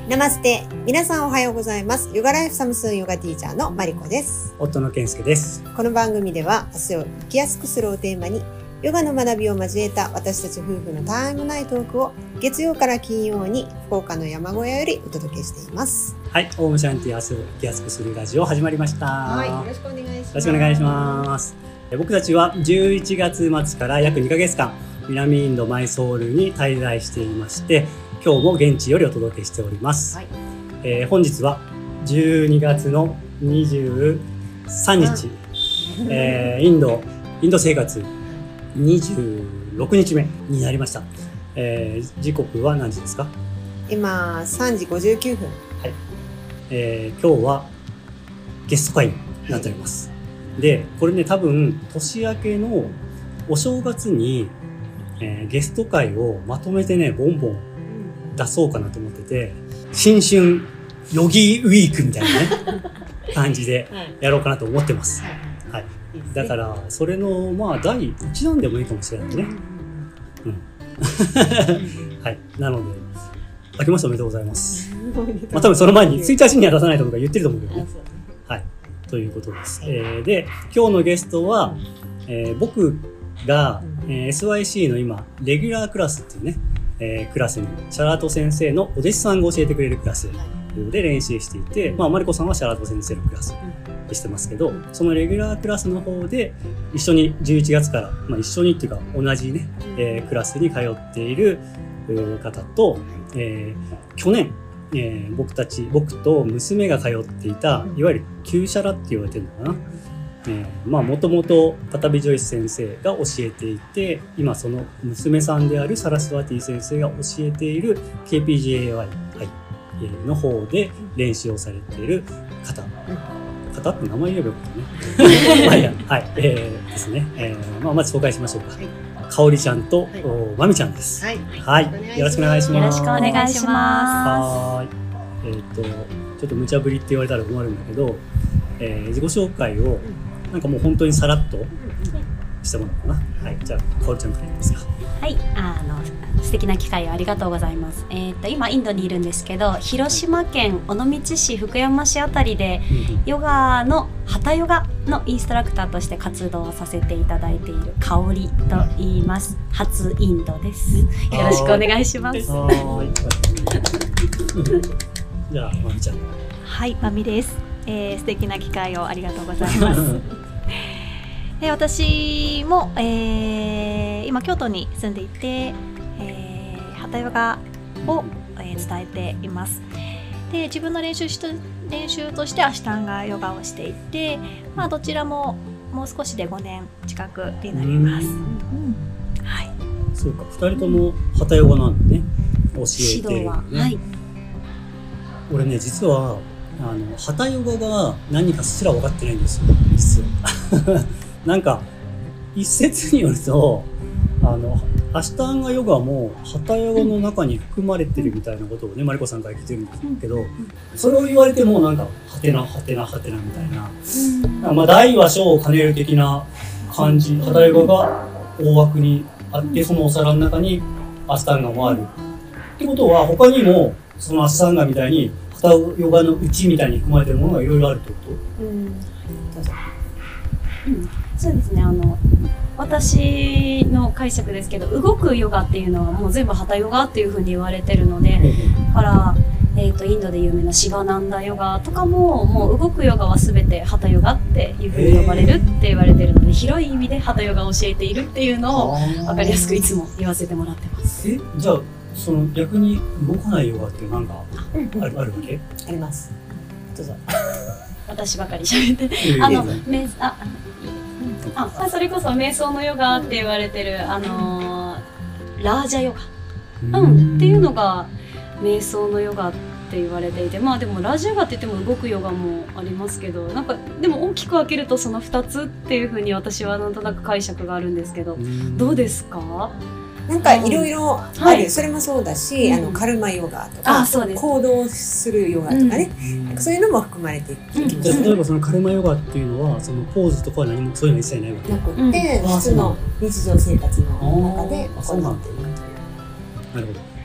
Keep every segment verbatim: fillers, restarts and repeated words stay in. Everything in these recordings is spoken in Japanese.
ナマステ。皆さんおはようございます。ヨガライフサムスンヨガティーチャーのマリコです。 夫の健介です。 この番組では明日を生きやすくするをテーマにヨガの学びを交えた私たち夫婦のたわいもないトークを月曜から金曜に福岡の山小屋よりお届けしています。 はい、オウムシャンティ、明日を生きやすくするラジオ始まりました。 はい、よろしくお願いします。 よろしくお願いします。僕たちはじゅういちがつまつから約にかげつかん南インドマイソールに滞在していまして、今日も現地よりお届けしております。はい、えー、本日はじゅうにがつのにじゅうさんにち、うん、えー、インドインド生活にじゅうろくにちめになりました。えー、時刻は何時ですか？ 今さんじごじゅうきゅうふん。 はい、えー、今日はゲスト会になっております。はい、で、これね、多分年明けのお正月に、えー、ゲスト会をまとめてね、ボンボン出そうかなと思ってて、新春ヨギウィークみたいなね感じでやろうかなと思ってます。はい、だからそれのまあだいいちだんでもいいかもしれないね。うんはい、なので明けましておめでとうございます。まあ多分その前についたちには出さないとか言ってると思うけどね。はい、ということです。えー、で今日のゲストは、えー、僕が、えー、エスワイシー の今レギュラークラスっていうね、えー、クラスにシャラート先生のお弟子さんが教えてくれるクラスで練習していて、まあ、マリコさんはシャラート先生のクラスでしてますけど、そのレギュラークラスの方で一緒にじゅういちがつから、まあ、一緒にっていうか同じね、えー、クラスに通っている方と、えー、去年、えー、僕たち僕と娘が通っていたいわゆる旧シャラって言われてるのかな、えー、まあもともとパタビジョイス先生が教えていて、今その娘さんであるサラスワティ先生が教えている ケーピージーエーワイ、はい、の方で練習をされている方、方って名前言えばよかったねまあいいや、はい、えー、ですね、えーまあ、まず紹介しましょうか。はい、かおりちゃんと、はい、まみちゃんです。はい、はい、よろしくお願いします。 よろしくお願いします。はい、えーと、ちょっと無茶ぶりって言われたら困るんだけど、えー、自己紹介をなんかもう本当にさらっとしてもらおうかな。はい、じゃあかおりちゃんからいいですか？ はい、あの素敵な機会をありがとうございます。えっと今インドにいるんですけど、広島県尾道市福山市あたりでヨガのハタヨガのインストラクターとして活動させていただいているかおりと言います。初インドです。よろしくお願いします。 じゃあまみちゃん。 はい、まみです。えー、素敵な機会をありがとうございますで、私も、えー、今京都に住んでいて、えー、ハタヨガを、えー、伝えています。で、自分の練習し練習としてアシュタンガヨガをしていて、まあ、どちらももう少しでごねん近くになります。うん、はい、 そうか、ふたりともハタヨガなんだね、教えてるよね。 はい、 俺ね、実はあのハタヨガが何かすら分かってないんですよ、実はなんか一説によると、あのアシュタンガヨガもハタヨガの中に含まれてるみたいなことをね、マリコさんから聞いてるんですけど、それを言われてもなんかハテナハテナハテナみたいな、まあ大は小を兼ねる的な感じ。ハタヨガが大枠にあって、そのお皿の中にアシュタンガもあるってことは、他にもそのアシュタンガみたいにハタヨガの内みたいに含まれてるものがいろいろあるってこと？うん、どうぞ。 うん、そうですね。あの私の解釈ですけど、動くヨガっていうのはもう全部ハタヨガっていうふうに言われてるので、だから、えーと、インドで有名なシバナンダヨガとかも、もう動くヨガは全てハタヨガっていうふうに呼ばれるって言われてるので、広い意味でハタヨガを教えているっていうのを分かりやすくいつも言わせてもらってます。 え、じゃあその逆に動かないヨガって何かある、あるわけ？ あります。どうぞ。 私ばかり喋って、あのめああそれこそ瞑想のヨガって言われてる、あのー、ラージャヨガ、うん、っていうのが瞑想のヨガって言われていて、まあでもラージャヨガって言っても動くヨガもありますけど、なんかでも大きく分けるとそのふたつっていうふうに私はなんとなく解釈があるんですけど、どうですか？ なんかいろいろある、はい、それもそうだし、うん、あのカルマヨガとか、行動するヨガとかね、うん、そういうのも含まれていきます、うん、 じゃあ例えばそのカルマヨガっていうのはそのポーズとかは何もそういうの一切ないわけなくって、うん、普通の日常生活の中で行っているという。 なるほど。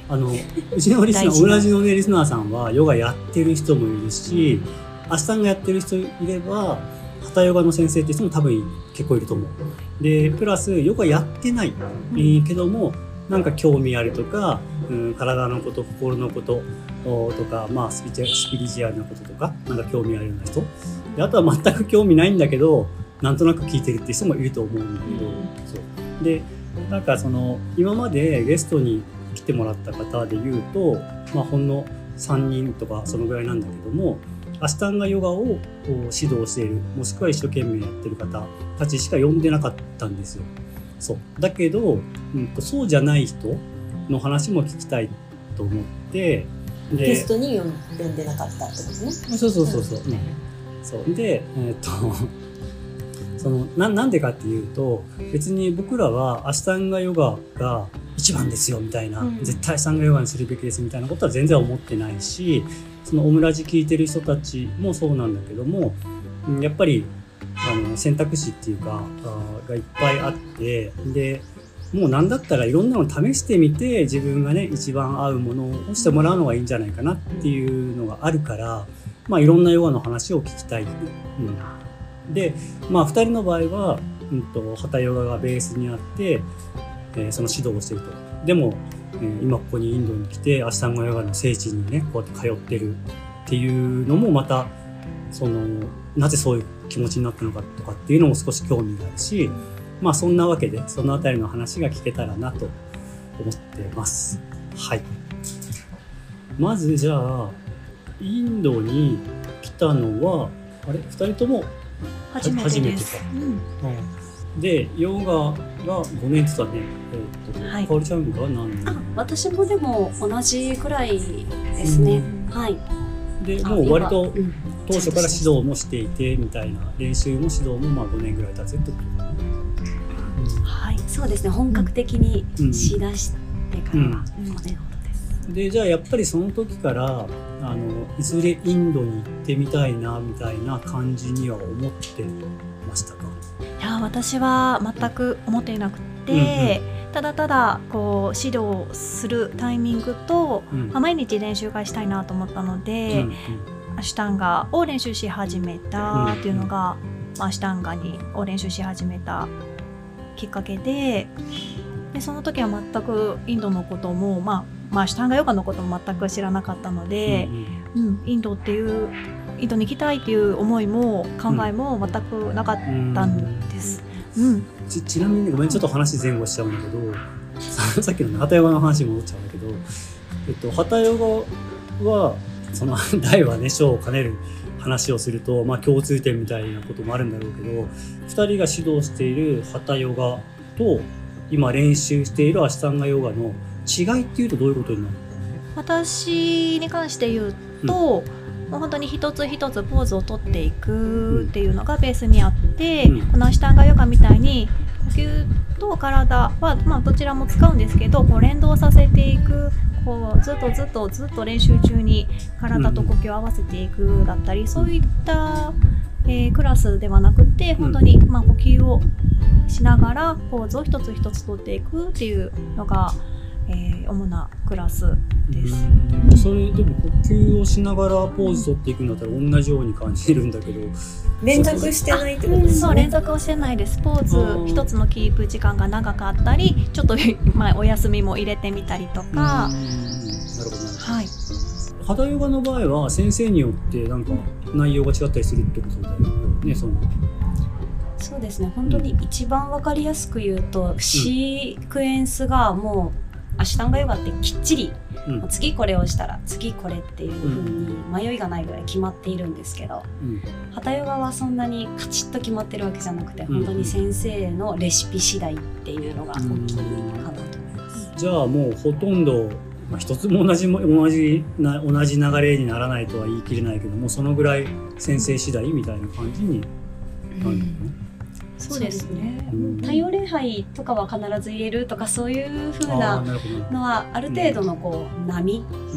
あのうちのリスナ大事なー、同じのねリスナーさんはヨガやってる人もいるし、アシタンガやってる人いれば、ハタヨガの先生って人も多分結構いると思う。でプラスヨガやってない、うん、けどもなんか興味あるとか、うん、体のこと心のこととか、まあ、スピリスピリチュアルなこととかなんか興味あるような人で、あとは全く興味ないんだけどなんとなく聞いてるっていう人もいると思うんだけど、うん、そうでなんかその今までゲストに来てもらった方で言うと、まあ、ほんのさんにんとかそのぐらいなんだけども、アシタンガヨガを指導している、もしくは一生懸命やってる方たちしか呼んでなかったんですよ。そうだけど、うん、とそうじゃない人の話も聞きたいと思って、でゲストに呼んでなかったってことね。 そうそうそうそう、うん、そうで、えー、っとその な, なんでかっていうと、別に僕らはアシタンガヨガが一番ですよみたいな、うん、絶対アシタンガヨガにするべきですみたいなことは全然思ってないし、そのオムラジ聞いてる人たちもそうなんだけども、やっぱりあの選択肢っていうかあがいっぱいあって、でもう何だったらいろんなの試してみて自分がね一番合うものをしてもらうのがいいんじゃないかなっていうのがあるから、まあいろんなヨガの話を聞きたい、うん、でまあふたりの場合は、うん、とハタヨガがベースにあって、えー、その指導をしていると。でもえー、今ここにインドに来てアシタンガヨガの聖地にねこうやって通ってるっていうのもまたそのなぜそういう気持ちになったのかとかっていうのも少し興味があるし、まあそんなわけでそのあたりの話が聞けたらなと思ってます。はい。まずじゃあインドに来たのはあれふたりとも初めてです。初めてか。うんうんで、ヨガがごねんって言ったね。えっと、はい、かおりちゃんが何年？ あ、私もでも同じくらいですね。はい。 で、もう割と当初から指導もしていてみたいな、練習も指導もまあごねんぐらい経つってことかな。 うん、はい、そうですね。本格的にしだしてからはごねんほどです。 で、じゃあやっぱりその時からあのいずれインドに行ってみたいなみたいな感じには思ってましたか？ いや私は全く思っていなくて、うんうん、ただただこう指導するタイミングと、うんまあ、毎日練習がしたいなと思ったので、うんうん、アシュタンガを練習し始めたっていうのが、うんうん、アシュタンガにを練習し始めたきっかけで、でその時は全くインドのことも、まあまあ、アシュタンガヨガのことも全く知らなかったので、うんうんうん、インドっていうインドに行きたいっていう思いも考えも全くなかったんです。うんうん、 ち, ちなみにごめんちょっと話前後しちゃうんだけど、さっきの、ね、ハタヨガの話に戻っちゃうんだけど、えっと、ハタヨガはその大はね小を兼ねる話をすると、まあ、共通点みたいなこともあるんだろうけど、ふたりが指導しているハタヨガと今練習しているアシタンガヨガの違いっていうとどういうことになるの？ 私に関して言うと、うんもう本当に一つ一つポーズをとっていくっていうのがベースにあって、うん、このアシタンガヨガみたいに呼吸と体は、まあ、どちらも使うんですけどこう連動させていくこうずっとずっとずっと練習中に体と呼吸を合わせていくだったり、うん、そういった、えー、クラスではなくて本当に、まあ、呼吸をしながらポーズを一つ一つとっていくっていうのがえー、主なクラスです。 うんそれでも呼吸をしながらポーズ取っていくんだったら同じように感じるんだけど、 連続してないってことですね。 そう連続をしてないです。ポーズ一つのキープ時間が長かったりちょっと、まあ、お休みも入れてみたりとか。なるほどね。はい。ハタヨガの場合は先生によってなんか内容が違ったりするってことだよね。そのそうですね。本当に一番わかりやすく言うと、うん、シークエンスがもうアシュタンガヨガってきっちり、うん、次これをしたら次これっていう風に迷いがないぐらい決まっているんですけど、うん、ハタヨガはそんなにカチッと決まってるわけじゃなくて、うん、本当に先生のレシピ次第っていうのが大きいかなと思います。 じゃあもうほとんど、まあ、一つも同じ同じな同じ流れにならないとは言い切れないけども、そのぐらい先生次第みたいな感じになるのね。うんそうですね、うん、太陽礼拝とかは必ず言えるとかそういう風なのはある程度のこう波、うん、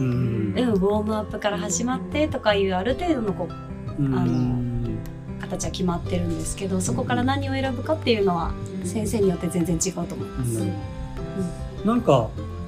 ウォームアップから始まってとかいうある程度のこう、うん、あの形は決まってるんですけど、そこから何を選ぶかっていうのは先生によって全然違うと思います。うんうん、 なんか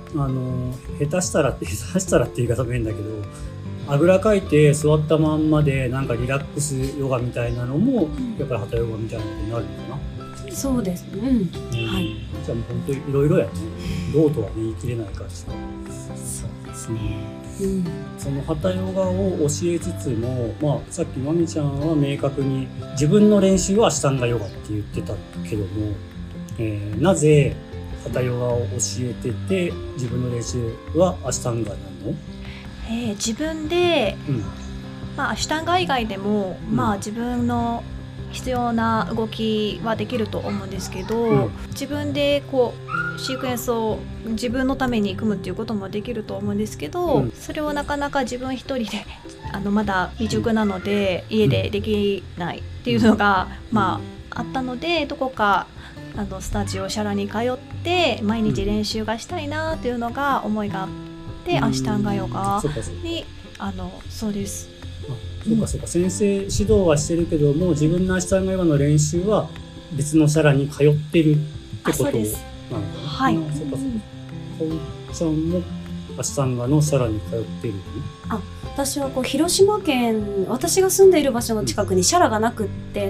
あの下手したら下手したらって言い方も変だけど、あぐらかいて座ったまんまでなんかリラックスヨガみたいなのも、うん、やっぱりハタヨガみたいなことになるのかな。 そうですね、うんうん、はい。 じゃあもう本当にいろいろやね。どうとは、ね、言い切れないからしか。 そうですね、うん、 そのハタヨガを教えつつも、まあ、さっきまみちゃんは明確に自分の練習はアシュタンガヨガって言ってたけども、えー、なぜハタヨガを教えてて自分の練習はアシュタンガなの？ えー、自分で、うんまあ、アシュタンガ以外でも、うんまあ、自分の必要な動きはできると思うんですけど、うん、自分でこうシークエンスを自分のために組むっていうこともできると思うんですけど、うん、それをなかなか自分一人であのまだ未熟なので、うん、家でできないっていうのが、うん、まああったので、どこかあのスタジオシャラに通って毎日練習がしたいなっていうのが思いがあって、うん、アシュタンガヨガにあのそうです。 そうかそうか、先生指導はしてるけども自分のアシュタンガヨガの練習は別のシャラに通ってるってことなのかな。 はい。 そうかそうか。かおちゃんもアシュタンガのシャラに通ってるの？ あ、私はこう広島県、私が住んでいる場所の近くにシャラがなくって、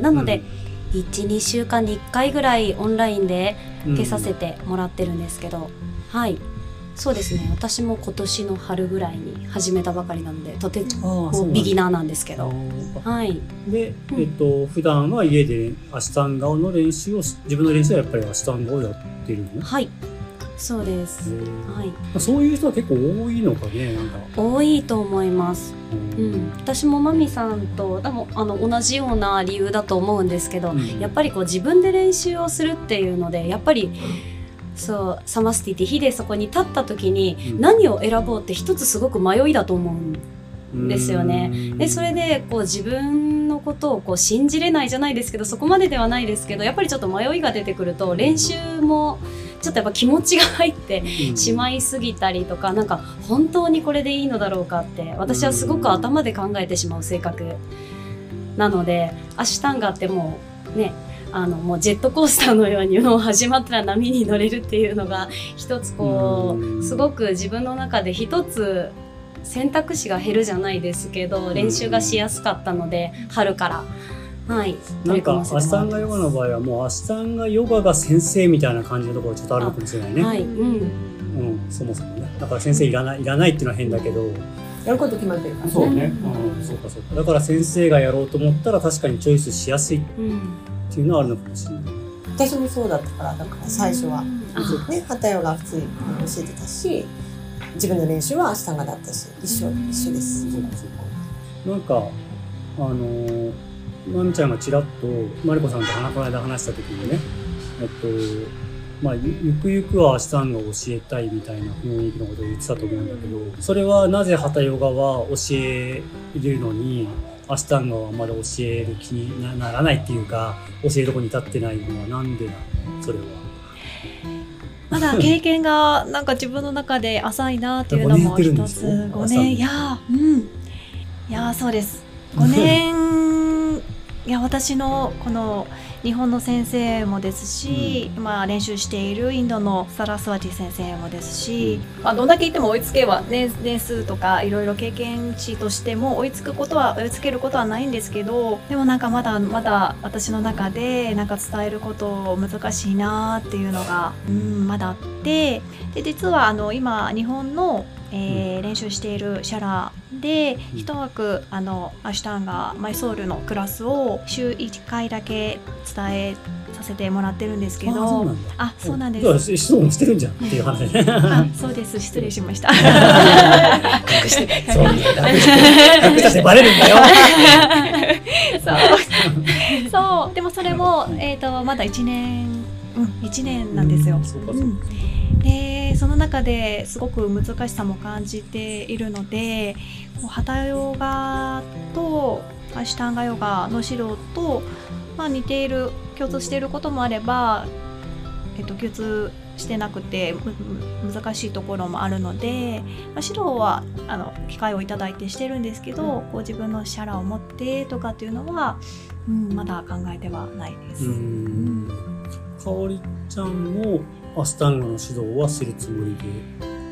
なので、うん、いち、にしゅうかんにいっかいぐらいオンラインで受けさせてもらってるんですけど、うん、はい。そうですね、私も今年の春ぐらいに始めたばかりなのでとてもビギナーなんですけど、はい。 で、えっと、普段は家でアシュタンガの練習を自分の練習はやっぱりアシュタンガをやってるの？ はい、そうです、はい。 そういう人は結構多いのかね。なんか多いと思います、うん、私もマミさんと多分あの同じような理由だと思うんですけど、うん、やっぱりこう自分で練習をするっていうのでやっぱりそうサマスティって火でそこに立った時に何を選ぼうって一つすごく迷いだと思うんですよね。でそれでこう自分のことをこう信じれないじゃないですけど、そこまでではないですけど、やっぱりちょっと迷いが出てくると練習もちょっとやっぱ気持ちが入ってしまいすぎたりとか、なんか本当にこれでいいのだろうかって私はすごく頭で考えてしまう性格なので、アシュタンガってもうね、あのもうジェットコースターのようにもう始まったら波に乗れるっていうのが一つこうすごく自分の中で一つ選択肢が減るじゃないですけど練習がしやすかったので春からはいなんかアシュタンガヨガの場合はもうアシュタンガヨガが先生みたいな感じのところがちょっとあるのかもしれないね。 はい、うん、 うん、そもそもねだから先生いらないいらないっていうのは変だけどやること決まってるからね。 そうね、うん、そうかそうか。だから先生がやろうと思ったら確かにチョイスしやすい、うんっていうのはあるのかもしれない。 私もそうだったから、だから最初は、ね、ハタヨガ普通に教えてたし、自分の練習はアシュタンガだったし、一緒一緒です。そうかそうか。なんかあのー、まみちゃんがちらっとマリコさんとこの間話した時にね、えっとまあゆくゆくはアシュタンガを教えたいみたいな雰囲気のことを言ってたと思うんだけど、それはなぜハタヨガは教えるのにアシュタンガはまだ教える気にならないっていうか、教えるとこに立ってないのはなんでなの？それはまだ経験がなんか自分の中で浅いなっていうのも一つ。ごねん、いやうんいやそうです。ごねんいや私のこの日本の先生もですし、うん、今練習しているインドのサラスワティ先生もですし、うんまあ、どんだけ言っても追いつけば、ね、年数とかいろいろ経験値としても追いつくことは追いつけることはないんですけど、でもなんかまだまだ私の中でなんか伝えること難しいなっていうのが、うん、まだあって、で実はあの今日本のえー、練習しているシャラで一枠あのアシュタンガマイソウルのクラスを週いっかいだけ伝えさせてもらってるんですけど、あ、そうなんだ。あ、そうなんです。 だから指導もしてるんじゃんっていう話ね。 あ、そうです。失礼しました。 隠して、そう、隠したってバレるんだよ。 そう、そう、でもそれもえっとまだいちねん、うん、いちねんなんですよ。うん、そうかそうか。でその中ですごく難しさも感じているので、ハタヨガとアシュタンガヨガの指導と、まあ、似ている共通していることもあれば、えっと、共通してなくて難しいところもあるので、まあ、指導はあの機会をいただいてしてるんですけど、こう自分のシャラを持ってとかっていうのは、うん、まだ考えてはないです。うん、 かおりちゃんもアシュタンガの指導はするつもりでい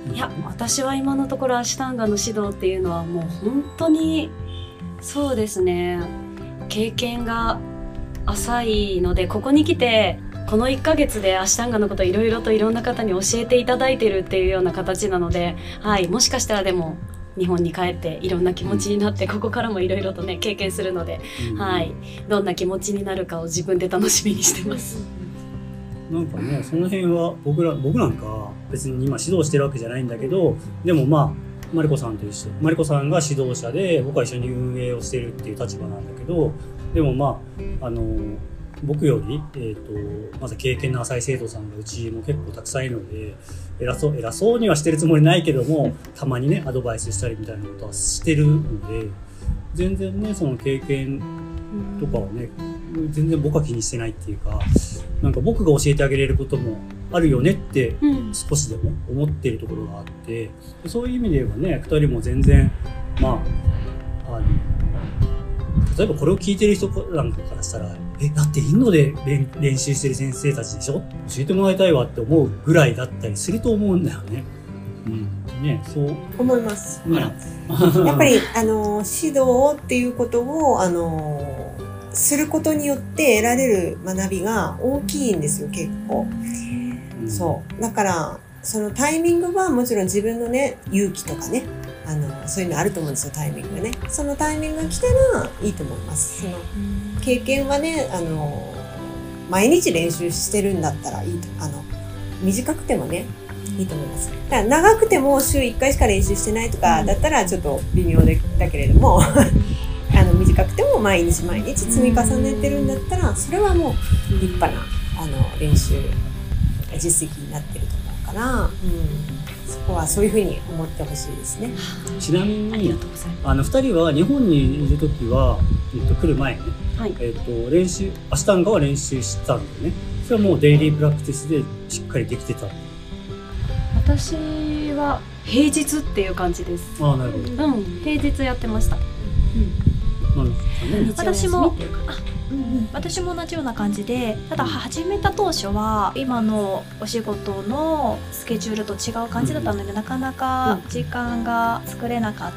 いや、私は今のところアシュタンガの指導っていうのはもう本当にそうですね、経験が浅いので、ここに来てこのいっかげつでアシュタンガのことをいろいろといろんな方に教えていただいてるっていうような形なので、はい、もしかしたらでも日本に帰っていろんな気持ちになって、ここからもいろいろとね経験するので、うん、はい、どんな気持ちになるかを自分で楽しみにしてます。 なんかね、その辺は僕ら僕なんか別に今指導してるわけじゃないんだけど、でもまあマリコさんと一緒、マリコさんが指導者で僕は一緒に運営をしてるっていう立場なんだけど、でもまああの僕より、えーと、まず経験の浅い生徒さんがうちも結構たくさんいるので、偉そう偉そうにはしてるつもりないけども、たまにねアドバイスしたりみたいなことはしてるので、全然ねその経験とかはね全然僕は気にしてないっていうか、なんか僕が教えてあげれることもあるよねって少しでも思ってるところがあって、そういう意味で言えばねふたりも全然まああの例えばこれを聞いてる人なんかからしたら、えだってインドで練習してる先生たちでしょ、教えてもらいたいわって思うぐらいだったりすると思うんだよね。うんね、そう思います。ね、やっぱりあの指導っていうことをあのすることによって得られる学びが大きいんですよ、結構。うん、そうだからそのタイミングはもちろん自分のね勇気とかね、あのそういうのあると思うんですよ、タイミングがね。そのタイミングが来たらいいと思います。その経験はね、あの毎日練習してるんだったらいいと、あの短くてもねいいと思います。だから長くても週いっかいしか練習してないとかだったらちょっと微妙でだけれどもあの短くても毎日毎日積み重ねてるんだったら、それはもう立派なあの練習実績になってると思うから、うん、そこはそういうふうに思ってほしいですね。 ちなみにあのふたりは日本にいるときは、えっと、来る前に、はい、えっと、練習アシュタンガは練習したんだよね。それはもうデイリープラクティスでしっかりできてた。 私は平日っていう感じです。 ああ、なるほど。 うん、平日やってました。うん、 私もうんうん、私も同じような感じで、ただ始めた当初は今のお仕事のスケジュールと違う感じだったので、うん、なかなか時間が作れなかった、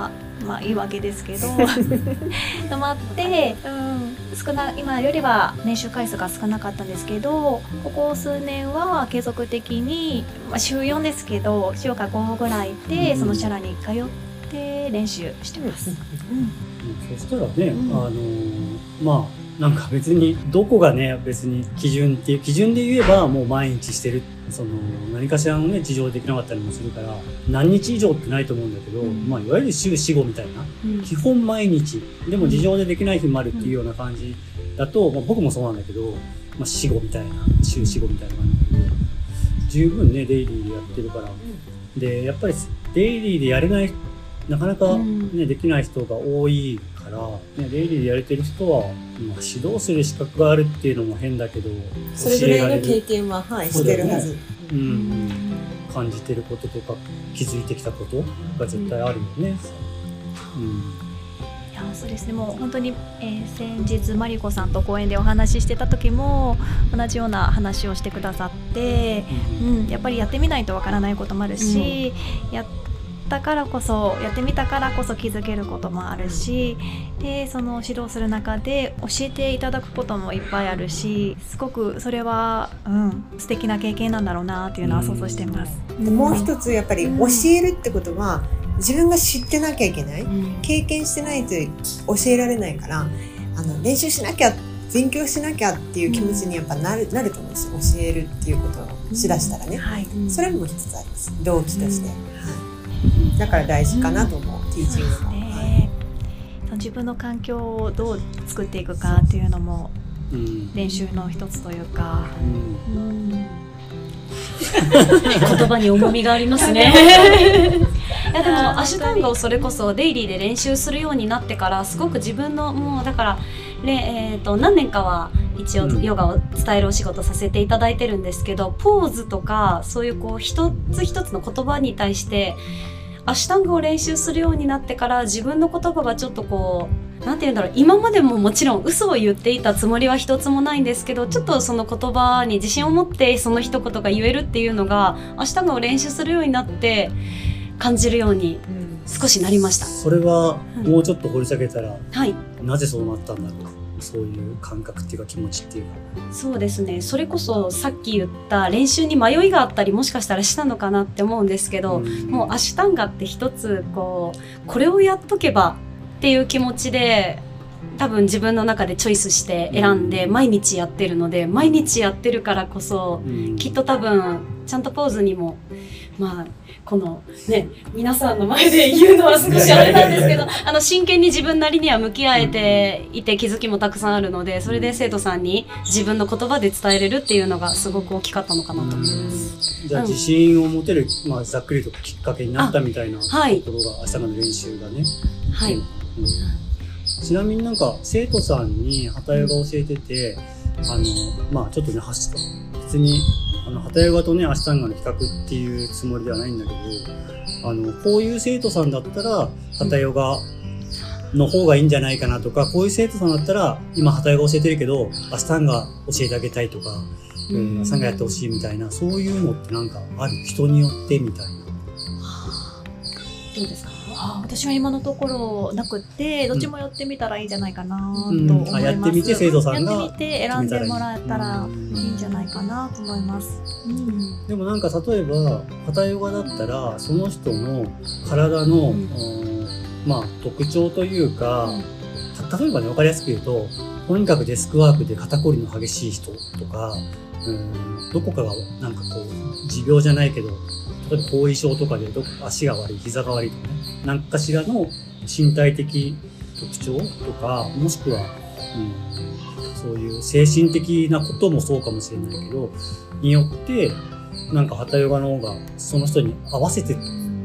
まあいいわけですけどとまって、うん、少な今よりは練習回数が少なかったんですけど、ここ数年は継続的に、まあ、週よんですけど週かごぐらいでそのシャラに通って練習してます。うんそしたらね、うん、あのー、まあなんか別にどこがね別に基準っていう基準で言えばもう毎日してる、その何かしらのね事情できなかったりもするから何日以上ってないと思うんだけど、うん、まあいわゆる週よん、ごみたいな、うん、基本毎日でも事情でできない日もあるっていうような感じだと、まあ、僕もそうなんだけど、まあ、よん、ごみたいな週よん、ごみたいな感じだけど十分ねデイリーでやってるから、うん、でやっぱりデイリーでやれないなかなか、ね、うん、できない人が多いから、ね、デイリーでやれてる人は、まあ、指導する資格があるっていうのも変だけど、 それぐらいの経験は、はい、してるはず、 うん、感じてることとか気づいてきたことが絶対あるよね。うんうん、いやそうですね、もう本当に、えー、先日マリコさんと講演でお話ししてた時も同じような話をしてくださって、うんうん、やっぱりやってみないとわからないこともあるし、うん、やだからこそやってみたからこそ気づけることもあるし、でその指導する中で教えていただくこともいっぱいあるし、すごくそれは、うん、素敵な経験なんだろうなっていうのは想像してます。 うん、もう一つやっぱり教えるってことは、うん、自分が知ってなきゃいけない、うん、経験してないと教えられないから、あの練習しなきゃ勉強しなきゃっていう気持ちにやっぱなる、なると思うんですよ。教えるっていうことをしだしたらね、うんはい、それも一つあります、動機として。うんはい、だから大事かなと思う、うん、ティーチングも、ねはい、自分の環境をどう作っていくかっていうのも練習の一つというか、うんうん、 言葉に重みがありますねいやでもアシュタンガをそれこそデイリーで練習するようになってからすごく自分のもうだから、えー、と何年かは一応ヨガを伝えるお仕事させていただいてるんですけど、ポーズとかそういうこう一つ一つの言葉に対してアシュタンガを練習するようになってから自分の言葉がちょっとこうなんて言うんだろう、今までももちろん嘘を言っていたつもりは一つもないんですけど、ちょっとその言葉に自信を持ってその一言が言えるっていうのがアシュタンガを練習するようになって感じるように少しなりました。 それはもうちょっと掘り下げたら、 はい、 なぜそうなったんだろう、そういう感覚っていうか気持ちっていうか。 そうですね、それこそさっき言った練習に迷いがあったりもしかしたらしたのかなって思うんですけど、うん、もうアシュタンガって一つこうこれをやっとけばっていう気持ちで多分自分の中でチョイスして選んで毎日やってるので、毎日やってるからこそ、うん、きっと多分ちゃんとポーズにもまあこのね皆さんの前で言うのは少しあれなんですけどあの真剣に自分なりには向き合えていて気づきもたくさんあるので、それで生徒さんに自分の言葉で伝えれるっていうのがすごく大きかったのかなと思います。 じゃあ自信を持てる、まあ、ざっくりときっかけになったみたいなところが、はい、アシュタンガの練習がね。 はい、うん、 ちなみになんか生徒さんにハタヨガ教えてて、あのまあちょっとね走った別にあのハタヨガとねアシュタンガの比較っていうつもりではないんだけど、あのこういう生徒さんだったらハタヨガの方がいいんじゃないかなとか、こういう生徒さんだったら今ハタヨガ教えてるけどアシュタンガ教えてあげたいとか、うん、アシュタンガやってほしいみたいな、そういうのってなんかある、人によってみたいな。 どうですか？ あ、私は今のところなくってどっちもやってみたらいいんじゃないかなと思います、うん、 あ、やってみて生徒さんがやってみて選んでもらえたらいいんじゃないかなと思います、うん、 でもなんか例えばハタヨガだったらその人の体の、うん、まあ特徴というか、うん、例えばね分かりやすく言うと、とにかくデスクワークで肩こりの激しい人とか、うん、どこかがなんかこう持病じゃないけど例えば後遺症とかでど足が悪い、膝が悪いとかね、何かしらの身体的特徴とか、もしくは、うん、そういう精神的なこともそうかもしれないけど、によって、なんかハタヨガの方がその人に合わせて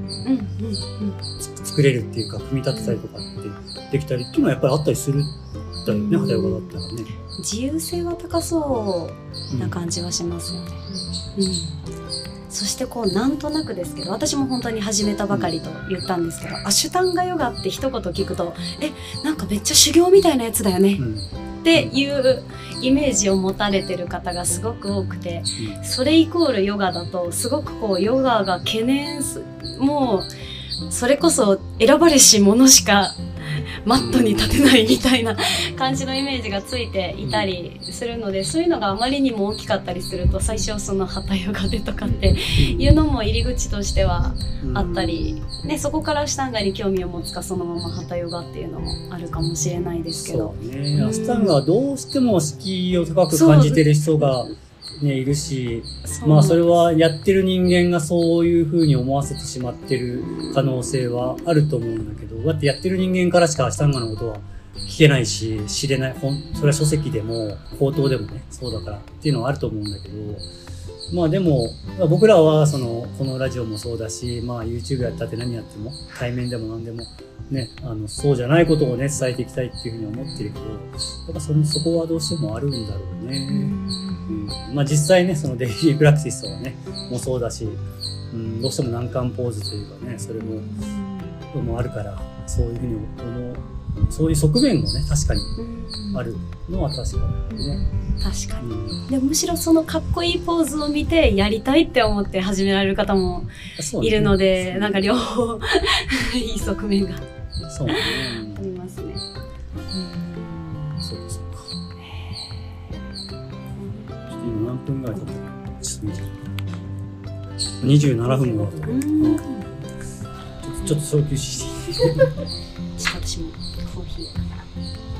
作れるっていうか、組み立てたりとかってできたりっていうのはやっぱりあったりするんだよね、ハタヨガだったらね。 自由性は高そうな感じはしますよね。うんうんそしてこうなんとなくですけど、私も本当に始めたばかりと言ったんですけど、アシュタンガヨガって一言聞くと、え、なんかめっちゃ修行みたいなやつだよね、うん、っていうイメージを持たれてる方がすごく多くて、それイコールヨガだとすごくこうヨガが懸念す、もうそれこそ選ばれし者しかマットに立てないみたいな感じのイメージがついていたりするので、そういうのがあまりにも大きかったりすると、最初そのハタヨガでとかっていうのも入り口としてはあったり、ね、そこからアシュタンガに興味を持つかそのままハタヨガっていうのもあるかもしれないですけど、 そうね、アシュタンガはどうしても敷居を高く感じてる人がね、いるし、まあそれはやってる人間がそういう風に思わせてしまってる可能性はあると思うんだけど、だってやってる人間からしかアシュタンガのことは聞けないし、知れない、ほん、それは書籍でも口頭でもね、そうだからっていうのはあると思うんだけど、まあでも、僕らはその、このラジオもそうだし、まあ YouTube やったって何やっても、対面でも何でも、ね、あの、そうじゃないことをね、伝えていきたいっていうふうに思ってるけど、やっぱその、そこはどうしてもあるんだろうね。うん、まあ実際ね、そのデイリープラクティスとかね、もそうだし、うん、どうしても難関ポーズというかね、それも、もあるから、そういうふうに思う、そういう側面もね、確かにあるのは確かにね。 確かに、うん、でむしろそのかっこいいポーズを見てやりたいって思って始められる方もいるので、ね、なんか両方いい側面がそう、ね、 ありますね。 うん、そうかそうか。ちょっと今何分ぐらい経ったかちょっと見てみにじゅうななふんもあったから、うん、ちょっとちょっと早急してちょっと私もコーヒー